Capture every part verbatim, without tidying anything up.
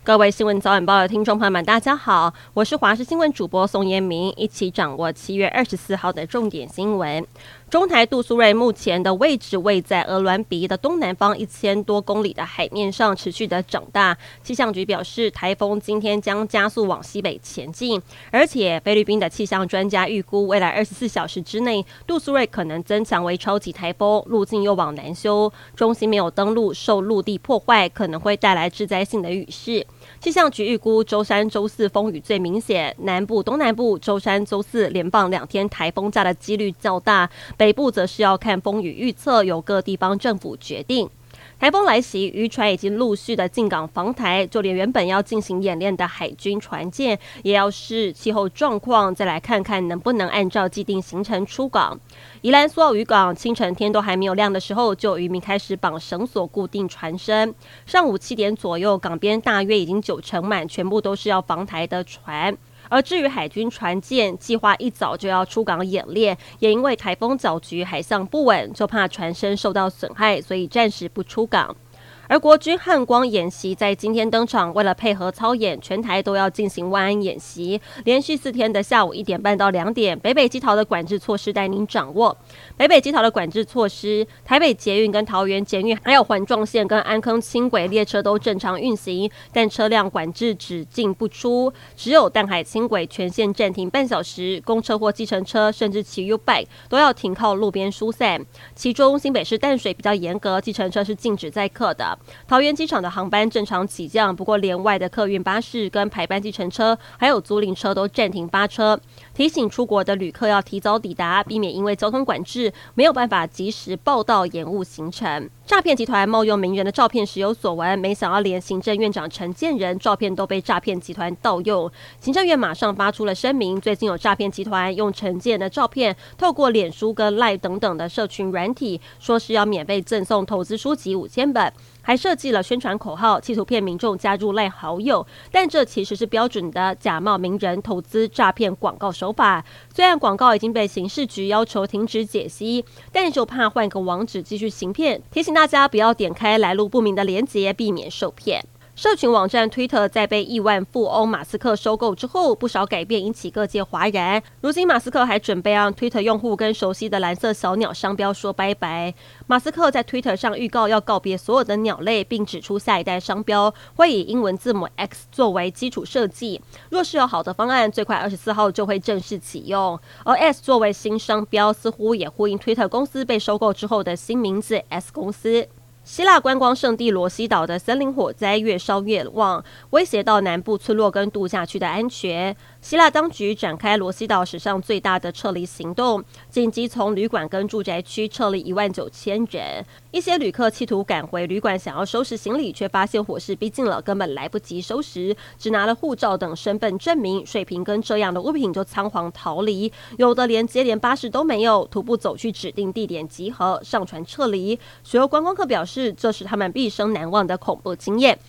各位新闻早晚报的听众朋友们，大家好，我是华视新闻主播宋彦明，一起掌握七月二十四号的重点新闻。中台杜苏芮目前的位置位在鹅銮鼻的东南方一千多公里的海面上，持续的长大。气象局表示，台风今天将加速往西北前进，而且菲律宾的气象专家预估，未来二十四小时之内，杜苏芮可能增强为超级台风，路径又往南修，中心没有登陆，受陆地破坏，可能会带来致灾性的雨势。气象局预估，周三、周四风雨最明显，南部、东南部周三、周四连放两天台风假的几率较大，北部则是要看风雨预测，由各地方政府决定。台风来袭，渔船已经陆续的进港防台，就连原本要进行演练的海军船舰，也要视气候状况，再来看看能不能按照既定行程出港。宜兰苏澳渔港清晨天都还没有亮的时候，就有渔民开始绑绳索固定船身。上午七点左右，港边大约已经九成满，全部都是要防台的船。而至于海军船舰，计划一早就要出港演练，也因为台风搅局海象不稳，就怕船身受到损害，所以暂时不出港。而国军汉光演习在今天登场，为了配合操演，全台都要进行万安演习，连续四天的下午一点半到两点，北北基桃的管制措施带您掌握。北北基桃的管制措施，台北捷运跟桃园捷运，还有环状线跟安坑轻轨列车都正常运行，但车辆管制只进不出，只有淡海轻轨全线暂停半小时，公车或计程车甚至骑 U-Bike 都要停靠路边疏散。其中新北市淡水比较严格，计程车是禁止载客的。桃园机场的航班正常起降，不过连外的客运巴士跟排班计程车还有租赁车都暂停发车，提醒出国的旅客要提早抵达，避免因为交通管制没有办法及时报到，延误行程。诈骗集团冒用名人的照片时有所闻，没想到连行政院长陈建仁照片都被诈骗集团盗用。行政院马上发出了声明，最近有诈骗集团用陈建的照片，透过脸书跟 Line 等等的社群软体，说是要免费赠送投资书籍五千本，还设计了宣传口号，企图骗民众加入赖好友，但这其实是标准的假冒名人投资诈骗广告手法。虽然广告已经被刑事局要求停止解析，但就怕换个网址继续行骗，提醒大家不要点开来路不明的连结，避免受骗。社群网站 Twitter 在被亿万富翁马斯克收购之后，不少改变引起各界哗然。如今马斯克还准备让 Twitter 用户跟熟悉的蓝色小鸟商标说拜拜。马斯克在 Twitter 上预告要告别所有的鸟类，并指出下一代商标会以英文字母 X 作为基础设计。若是有好的方案，最快二十四号就会正式启用。而 S 作为新商标，似乎也呼应 Twitter 公司被收购之后的新名字 S 公司。希腊观光胜地罗西岛的森林火灾越烧越旺，威胁到南部村落跟度假区的安全。希腊当局展开罗西岛史上最大的撤离行动，紧急从旅馆跟住宅区撤离一万九千人。一些旅客企图赶回旅馆，想要收拾行李，却发现火势逼近了，根本来不及收拾，只拿了护照等身份证明、水瓶跟这样的物品就仓皇逃离。有的连接连巴士都没有，徒步走去指定地点集合，上船撤离。许多观光客表示，这是他们毕生难忘的恐怖经验。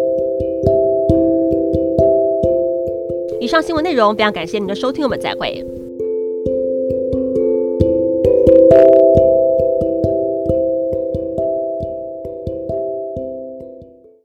以上新闻内容非常感谢您的收听，我们再会。